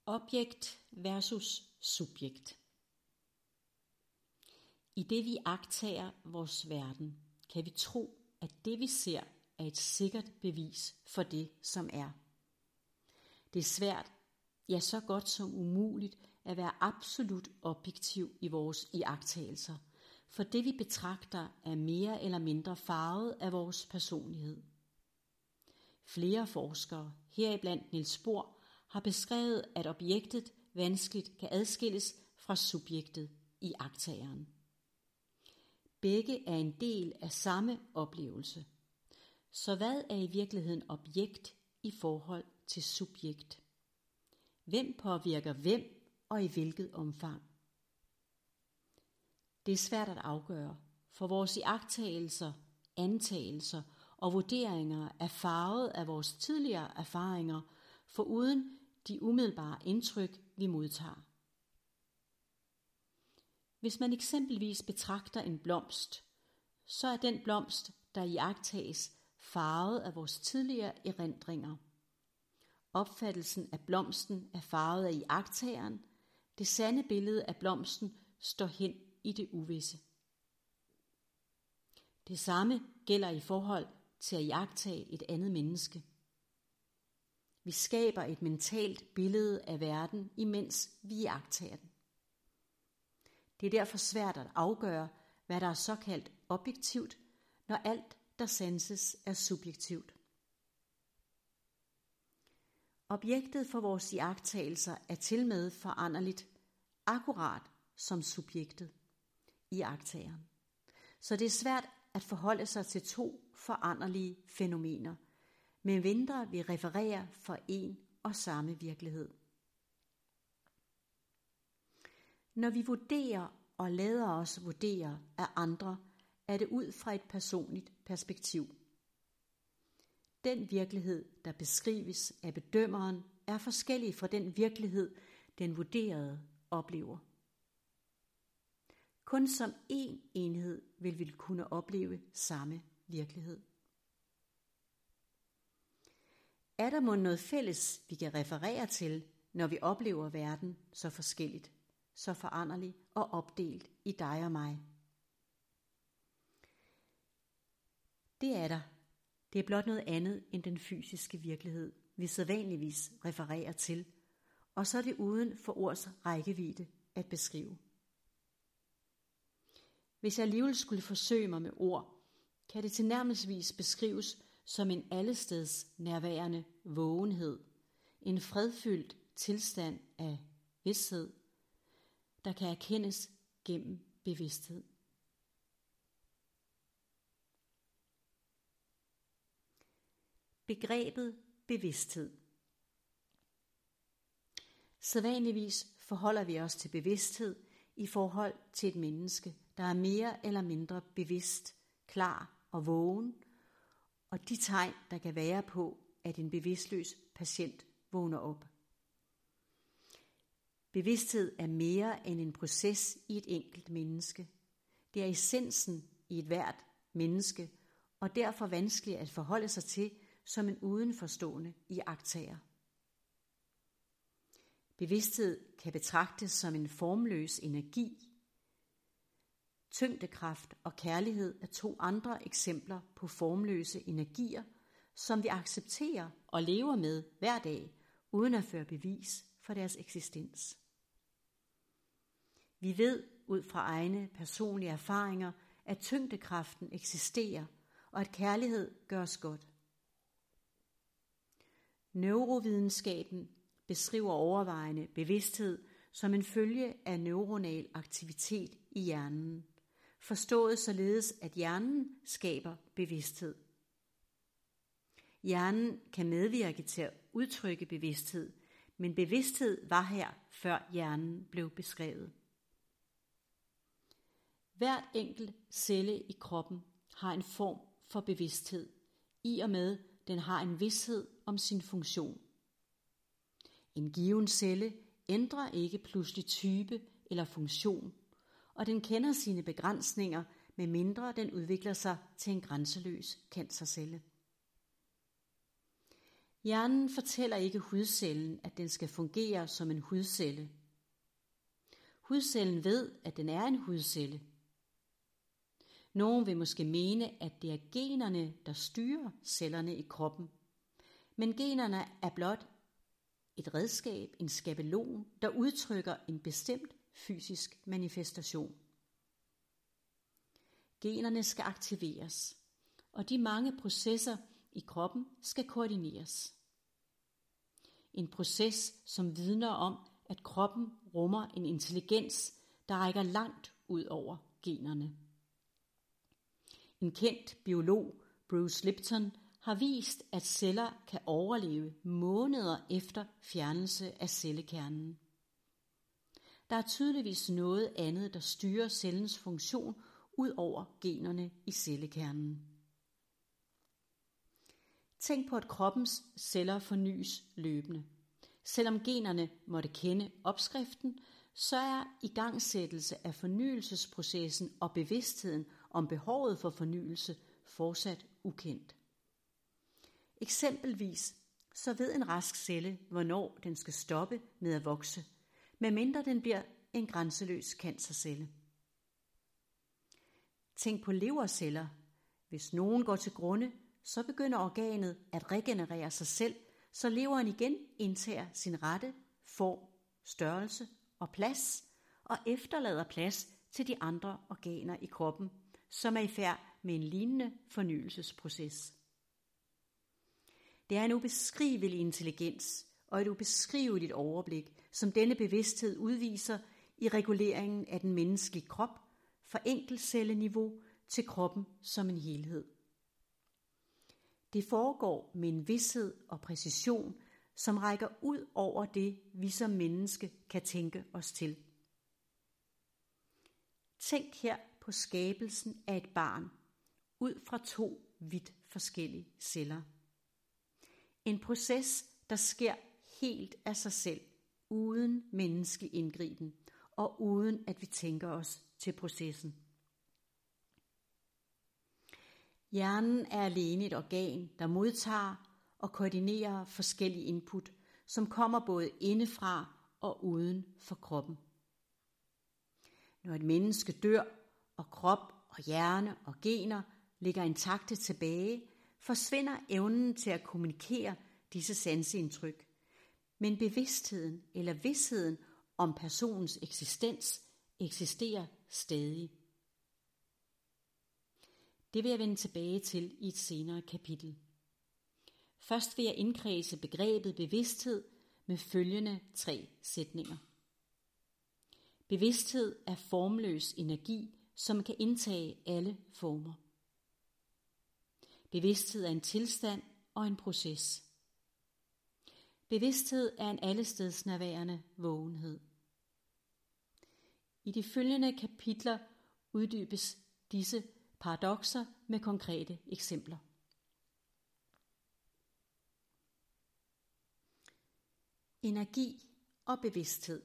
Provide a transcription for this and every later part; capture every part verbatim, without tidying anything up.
Objekt versus subjekt. I det vi agtager vores verden, kan vi tro, at det vi ser er et sikkert bevis for det, som er. Det er svært, ja så godt som umuligt, at være absolut objektiv i vores iagttagelser, for det vi betragter er mere eller mindre farvet af vores personlighed. Flere forskere, heriblandt Niels Bohr, har beskrevet, at objektet vanskeligt kan adskilles fra subjektet, iagttageren. Begge er en del af samme oplevelse. Så hvad er i virkeligheden objekt i forhold til subjekt? Hvem påvirker hvem og i hvilket omfang? Det er svært at afgøre, for vores iagttagelser, antagelser og vurderinger er farvet af vores tidligere erfaringer, foruden de umiddelbare indtryk, vi modtager. Hvis man eksempelvis betragter en blomst, så er den blomst, der iagttages, farvet af vores tidligere erindringer. Opfattelsen af blomsten er farvet af iagttageren. Det sande billede af blomsten står hen i det uvisse. Det samme gælder i forhold til at iagttage et andet menneske. Vi skaber et mentalt billede af verden, imens vi iagttager den. Det er derfor svært at afgøre, hvad der er såkaldt objektivt, når alt, der sanses, er subjektivt. Objektet for vores iagttagelser er tilmed foranderligt, akkurat som subjektet, iagttageren. Så det er svært at forholde sig til to foranderlige fænomener, medmindre vi refererer for en og samme virkelighed. Når vi vurderer og lader os vurdere af andre, er det ud fra et personligt perspektiv. Den virkelighed, der beskrives af bedømmeren, er forskellig fra den virkelighed, den vurderede oplever. Kun som én enhed vil vi kunne opleve samme virkelighed. Er der mon noget fælles, vi kan referere til, når vi oplever verden så forskelligt, så foranderlig og opdelt i dig og mig? Det er der. Det er blot noget andet end den fysiske virkelighed, vi sædvanligvis refererer til, og så er det uden for ords rækkevidde at beskrive. Hvis jeg alligevel skulle forsøge mig med ord, kan det tilnærmelsesvis beskrives som en allesteds nærværende vågenhed, en fredfyldt tilstand af vidsthed, der kan erkendes gennem bevidsthed. Begrebet bevidsthed. Sædvanligvis forholder vi os til bevidsthed i forhold til et menneske, der er mere eller mindre bevidst, klar og vågen, og de tegn, der kan være på, at en bevidstløs patient vågner op. Bevidsthed er mere end en proces i et enkelt menneske. Det er essensen i et hvert menneske, og derfor vanskeligt at forholde sig til som en udenforstående iagttager. Bevidsthed kan betragtes som en formløs energi. Tyngdekraft og kærlighed er to andre eksempler på formløse energier, som vi accepterer og lever med hver dag, uden at føre bevis for deres eksistens. Vi ved ud fra egne personlige erfaringer, at tyngdekraften eksisterer, og at kærlighed gør os godt. Neurovidenskaben beskriver overvejende bevidsthed som en følge af neuronal aktivitet i hjernen, forstået således, at hjernen skaber bevidsthed. Hjernen kan medvirke til at udtrykke bevidsthed, men bevidsthed var her, før hjernen blev beskrevet. Hvert enkelt celle i kroppen har en form for bevidsthed, i og med den har en vished om sin funktion. En given celle ændrer ikke pludselig type eller funktion, og den kender sine begrænsninger, medmindre den udvikler sig til en grænseløs cancercelle. Hjernen fortæller ikke hudcellen, at den skal fungere som en hudcelle. Hudcellen ved, at den er en hudcelle. Nogen vil måske mene, at det er generne, der styrer cellerne i kroppen. Men generne er blot et redskab, en skabelon, der udtrykker en bestemt fysisk manifestation. Generne skal aktiveres, og de mange processer i kroppen skal koordineres. En proces, som vidner om, at kroppen rummer en intelligens, der rækker langt ud over generne. En kendt biolog, Bruce Lipton, har vist, at celler kan overleve måneder efter fjernelse af cellekernen. Der er tydeligvis noget andet, der styrer cellens funktion ud over generne i cellekernen. Tænk på, at kroppens celler fornyes løbende. Selvom generne måtte kende opskriften, så er igangsættelse af fornyelsesprocessen og bevidstheden om behovet for fornyelse fortsat ukendt. Eksempelvis så ved en rask celle, hvornår den skal stoppe med at vokse, medmindre den bliver en grænseløs cancercelle. Tænk på leverceller. Hvis nogen går til grunde, så begynder organet at regenerere sig selv, så leveren igen indtager sin rette form, størrelse og plads, og efterlader plads til de andre organer i kroppen, som er i færd med en lignende fornyelsesproces. Det er en ubeskrivelig intelligens og et ubeskriveligt overblik, som denne bevidsthed udviser i reguleringen af den menneskelige krop fra enkeltcelleniveau til kroppen som en helhed. Det foregår med en vished og præcision, som rækker ud over det, vi som menneske kan tænke os til. Tænk her på skabelsen af et barn, ud fra to vidt forskellige celler. En proces, der sker helt af sig selv, uden menneskelig indgriben, og uden at vi tænker os til processen. Hjernen er alene et organ, der modtager og koordinerer forskellige input, som kommer både indefra og uden for kroppen. Når et menneske dør, og krop og hjerne og gener ligger intakte tilbage, forsvinder evnen til at kommunikere disse sanseindtryk. Men bevidstheden eller vidstheden om personens eksistens eksisterer stadig. Det vil jeg vende tilbage til i et senere kapitel. Først vil jeg indkredse begrebet bevidsthed med følgende tre sætninger. Bevidsthed er formløs energi, som kan indtage alle former. Bevidsthed er en tilstand og en proces. Bevidsthed er en allestedsnærværende vågenhed. I de følgende kapitler uddybes disse paradokser med konkrete eksempler. Energi og bevidsthed.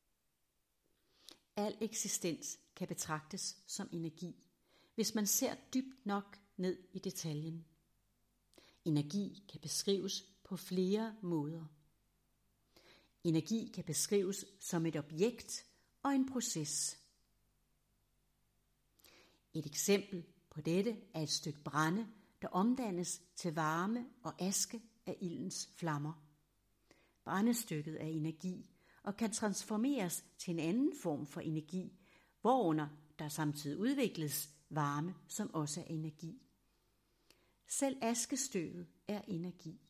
Al eksistens kan betragtes som energi, hvis man ser dybt nok ned i detaljen. Energi kan beskrives på flere måder. Energi kan beskrives som et objekt og en proces. Et eksempel på dette er et stykke brænde, der omdannes til varme og aske af ildens flammer. Brændestykket er energi og kan transformeres til en anden form for energi, hvorunder der samtidig udvikles varme, som også er energi. Selv askestøvet er energi.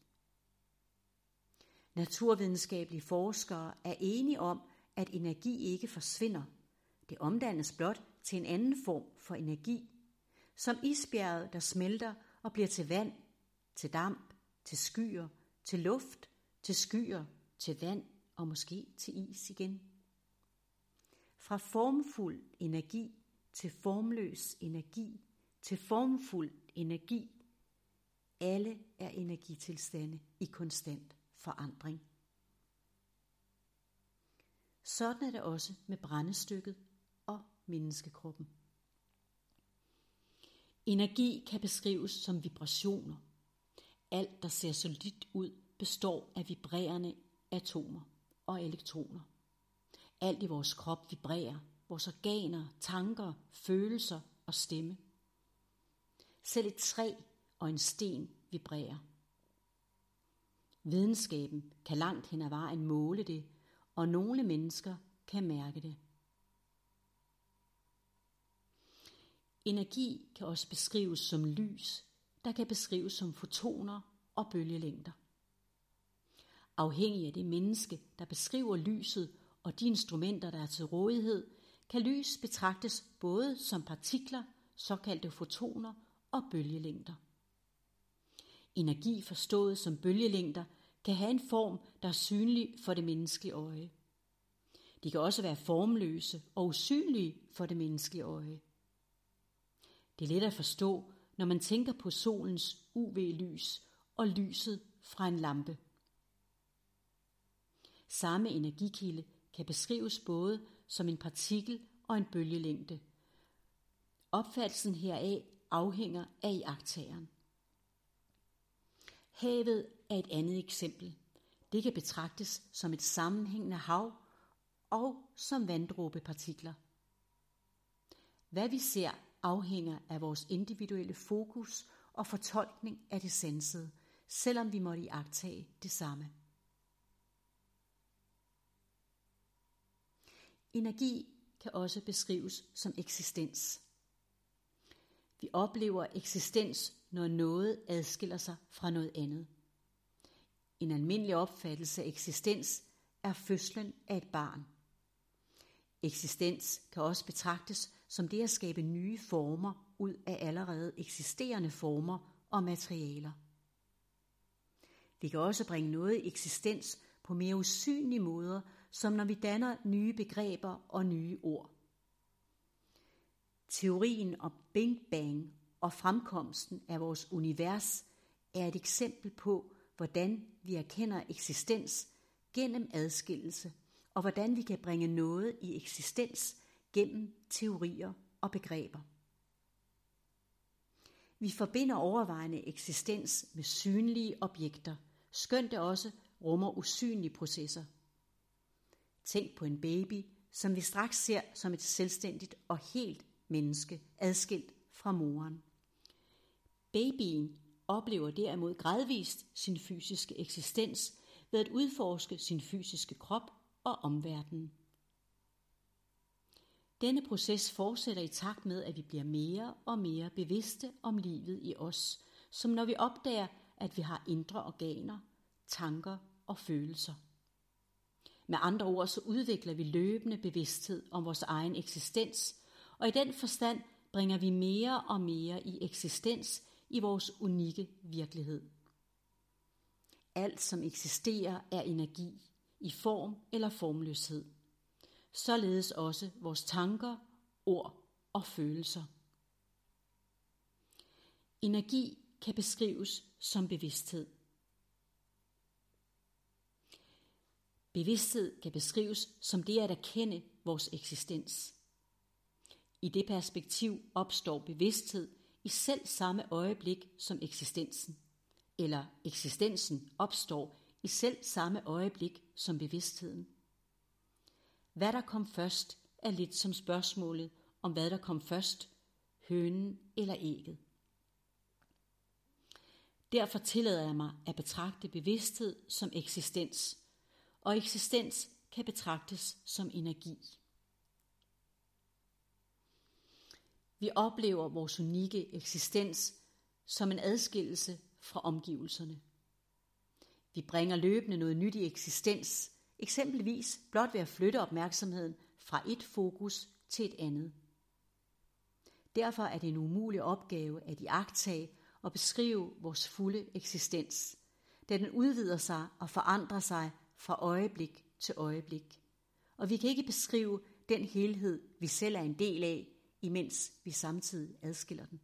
Naturvidenskabelige forskere er enige om, at energi ikke forsvinder. Det omdannes blot til en anden form for energi, som isbjerget, der smelter og bliver til vand, til damp, til skyer, til luft, til skyer, til vand og måske til is igen. Fra formfuld energi til formløs energi til formfuld energi. Alle er energitilstande i konstant forandring. Sådan er det også med brændestykket og menneskekroppen. Energi kan beskrives som vibrationer. Alt, der ser solidt ud, består af vibrerende atomer og elektroner. Alt i vores krop vibrerer, vores organer, tanker, følelser og stemme. Selv et træ og en sten vibrerer. Videnskaben kan langt hen ad vejen måle det, og nogle mennesker kan mærke det. Energi kan også beskrives som lys, der kan beskrives som fotoner og bølgelængder. Afhængig af det menneske, der beskriver lyset og de instrumenter, der er til rådighed, kan lys betragtes både som partikler, såkaldte fotoner og bølgelængder. Energi forstået som bølgelængder kan have en form, der er synlig for det menneskelige øje. De kan også være formløse og usynlige for det menneskelige øje. Det er let at forstå, når man tænker på solens U V-lys og lyset fra en lampe. Samme energikilde kan beskrives både som en partikel og en bølgelængde. Opfattelsen heraf afhænger af iagttageren. Havet er et andet eksempel. Det kan betragtes som et sammenhængende hav og som vanddråbepartikler. Hvad vi ser afhænger af vores individuelle fokus og fortolkning af det sansede, selvom vi måtte iagttage det samme. Energi kan også beskrives som eksistens. Vi oplever eksistens, når noget adskiller sig fra noget andet. En almindelig opfattelse af eksistens er fødslen af et barn. Eksistens kan også betragtes som det at skabe nye former ud af allerede eksisterende former og materialer. Det kan også bringe noget i eksistens på mere usynlige måder, som når vi danner nye begreber og nye ord. Teorien om Big Bang og fremkomsten af vores univers er et eksempel på, hvordan vi erkender eksistens gennem adskillelse, og hvordan vi kan bringe noget i eksistens gennem teorier og begreber. Vi forbinder overvejende eksistens med synlige objekter, skønt det også rummer usynlige processer. Tænk på en baby, som vi straks ser som et selvstændigt og helt menneske, adskilt fra moren. Babyen oplever derimod gradvist sin fysiske eksistens ved at udforske sin fysiske krop og omverdenen. Denne proces fortsætter i takt med, at vi bliver mere og mere bevidste om livet i os, som når vi opdager, at vi har indre organer, tanker og følelser. Med andre ord så udvikler vi løbende bevidsthed om vores egen eksistens, og i den forstand bringer vi mere og mere i eksistens i vores unikke virkelighed. Alt som eksisterer er energi, i form eller formløshed. Således også vores tanker, ord og følelser. Energi kan beskrives som bevidsthed. Bevidsthed kan beskrives som det at erkende vores eksistens. I det perspektiv opstår bevidsthed i selv samme øjeblik som eksistensen, eller eksistensen opstår i selv samme øjeblik som bevidstheden. Hvad der kom først er lidt som spørgsmålet om hvad der kom først, hønen eller ægget. Derfor tillader jeg mig at betragte bevidsthed som eksistens, og eksistens kan betragtes som energi. Vi oplever vores unikke eksistens som en adskillelse fra omgivelserne. Vi bringer løbende noget nyt i eksistens, eksempelvis blot ved at flytte opmærksomheden fra et fokus til et andet. Derfor er det en umulig opgave at iagttage og beskrive vores fulde eksistens, da den udvider sig og forandrer sig fra øjeblik til øjeblik. Og vi kan ikke beskrive den helhed, vi selv er en del af, imens vi samtidig adskiller den.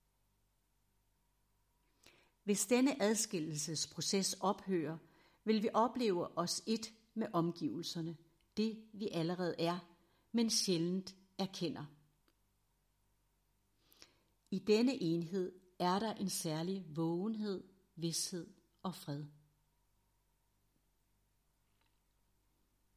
Hvis denne adskillelsesproces ophører, vil vi opleve os et med omgivelserne, det vi allerede er, men sjældent erkender. I denne enhed er der en særlig vågenhed, vished og fred.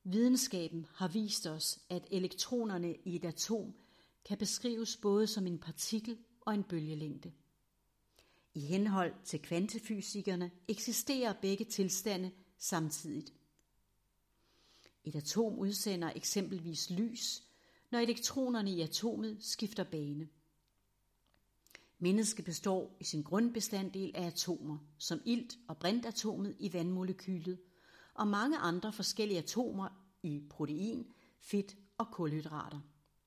Videnskaben har vist os, at elektronerne i et atom kan beskrives både som en partikel og en bølgelængde. I henhold til kvantefysikerne eksisterer begge tilstande samtidigt. Et atom udsender eksempelvis lys, når elektronerne i atomet skifter bane. Mennesket består i sin grundbestanddel af atomer, som ilt- og brintatomet i vandmolekylet, og mange andre forskellige atomer i protein, fedt og kulhydrater.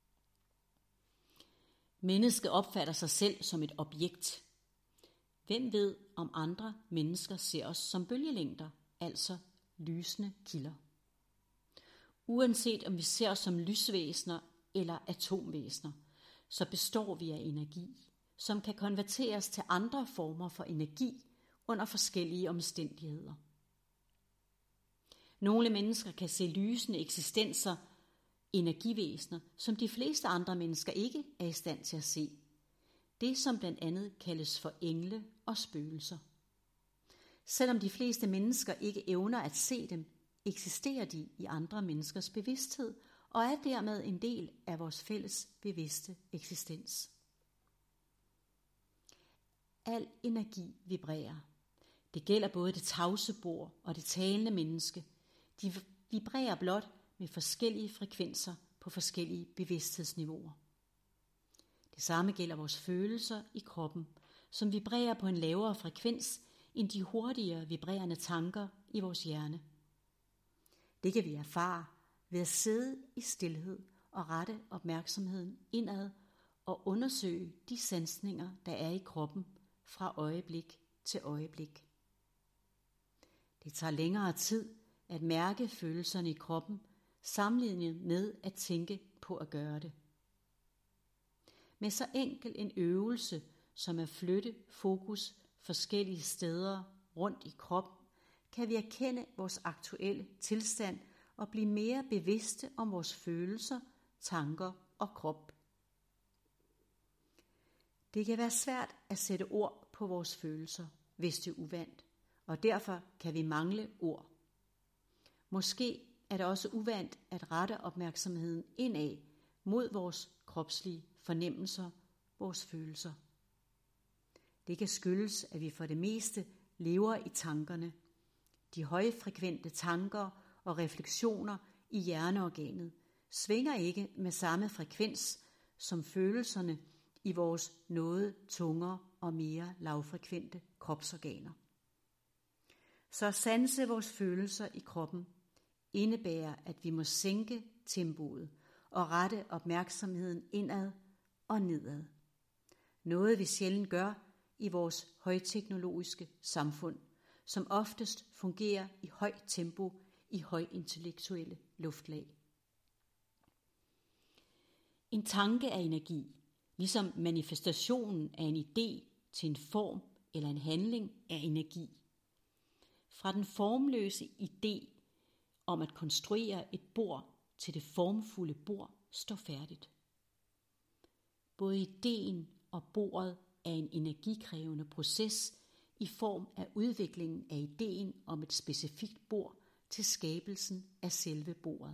Mennesket opfatter sig selv som et objekt. Hvem ved, om andre mennesker ser os som bølgelængder, altså lysende kilder? Uanset om vi ser os som lysvæsener eller atomvæsener, så består vi af energi, som kan konverteres til andre former for energi under forskellige omstændigheder. Nogle mennesker kan se lysende eksistenser, energivæsener, som de fleste andre mennesker ikke er i stand til at se. Det, som blandt andet kaldes for engle og spøgelser. Selvom de fleste mennesker ikke evner at se dem, eksisterer de i andre menneskers bevidsthed og er dermed en del af vores fælles bevidste eksistens. Al energi vibrerer. Det gælder både det tavse bord og det talende menneske. De vibrerer blot med forskellige frekvenser på forskellige bevidsthedsniveauer. Det samme gælder vores følelser i kroppen, som vibrerer på en lavere frekvens end de hurtigere vibrerende tanker i vores hjerne. Det kan vi erfare ved at sidde i stilhed og rette opmærksomheden indad og undersøge de sansninger, der er i kroppen fra øjeblik til øjeblik. Det tager længere tid at mærke følelserne i kroppen, sammenlignet med at tænke på at gøre det. Med så enkel en øvelse som at flytte fokus forskellige steder rundt i kroppen, kan vi erkende vores aktuelle tilstand og blive mere bevidste om vores følelser, tanker og krop. Det kan være svært at sætte ord på vores følelser, hvis det er uvant, og derfor kan vi mangle ord. Måske er det også uvant at rette opmærksomheden indad mod vores kropslige fornemmelser, vores følelser. Det kan skyldes, at vi for det meste lever i tankerne. De højfrekvente tanker og refleksioner i hjerneorganet svinger ikke med samme frekvens som følelserne i vores noget tungere og mere lavfrekvente kropsorganer. Så at sanse vores følelser i kroppen indebærer, at vi må sænke tempoet og rette opmærksomheden indad og nedad. Noget vi sjældent gør i vores højteknologiske samfund, som oftest fungerer i højt tempo i højintellektuelle luftlag. En tanke er energi, ligesom manifestationen af en idé til en form eller en handling er energi. Fra den formløse idé om at konstruere et bord til det formfulde bord står færdigt. Både ideen og bordet er en energikrævende proces i form af udviklingen af ideen om et specifikt bord til skabelsen af selve bordet.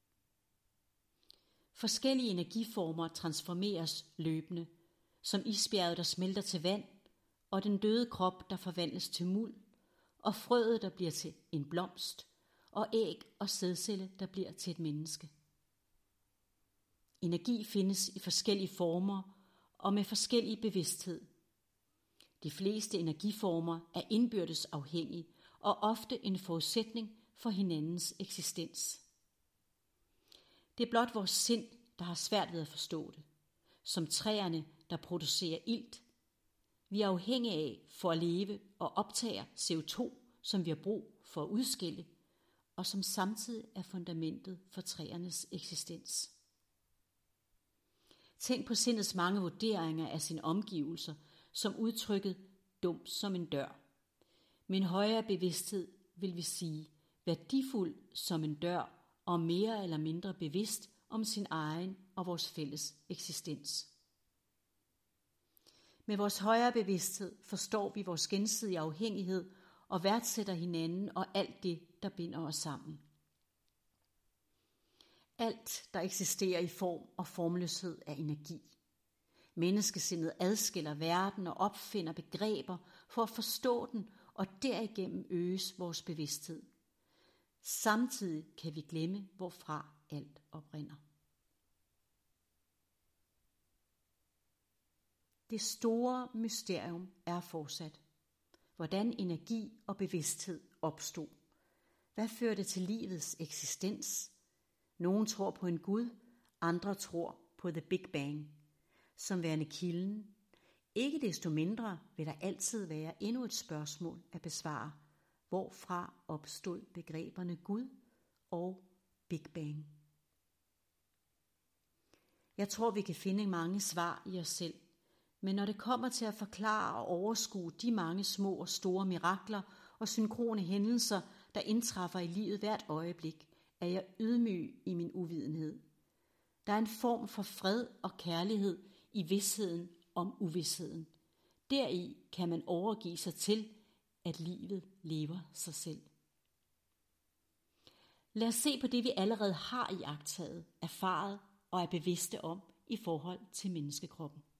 Forskellige energiformer transformeres løbende, som isbjerget, der smelter til vand, og den døde krop, der forvandles til muld, og frøet, der bliver til en blomst, og æg og sædcelle, der bliver til et menneske. Energi findes i forskellige former og med forskellig bevidsthed. De fleste energiformer er indbyrdes afhængige og ofte en forudsætning for hinandens eksistens. Det er blot vores sind, der har svært ved at forstå det. Som træerne, der producerer ilt. Vi er afhængige af for at leve og optager C O to, som vi har brug for at udskille, og som samtidig er fundamentet for træernes eksistens. Tænk på sindets mange vurderinger af sine omgivelser, som udtrykket dum som en dør. Med en højere bevidsthed vil vi sige værdifuld som en dør og mere eller mindre bevidst om sin egen og vores fælles eksistens. Med vores højere bevidsthed forstår vi vores gensidige afhængighed og værdsætter hinanden og alt det, der binder os sammen. Alt, der eksisterer i form og formløshed, er energi. Menneskesindet adskiller verden og opfinder begreber for at forstå den, og derigennem øges vores bevidsthed. Samtidig kan vi glemme, hvorfra alt oprinder. Det store mysterium er fortsat. Hvordan energi og bevidsthed opstod. Hvad førte til livets eksistens? Nogle tror på en Gud, andre tror på The Big Bang, som værende kilden. Ikke desto mindre vil der altid være endnu et spørgsmål at besvare. Hvorfra opstod begreberne Gud og Big Bang? Jeg tror, vi kan finde mange svar i os selv, men når det kommer til at forklare og overskue de mange små og store mirakler og synkrone hændelser, der indtræffer i livet hvert øjeblik, er jeg ydmyg i min uvidenhed. Der er en form for fred og kærlighed i vidsheden om uvidsheden. Deri kan man overgive sig til, at livet lever sig selv. Lad os se på det, vi allerede har iagttaget, erfaret og er bevidste om i forhold til menneskekroppen.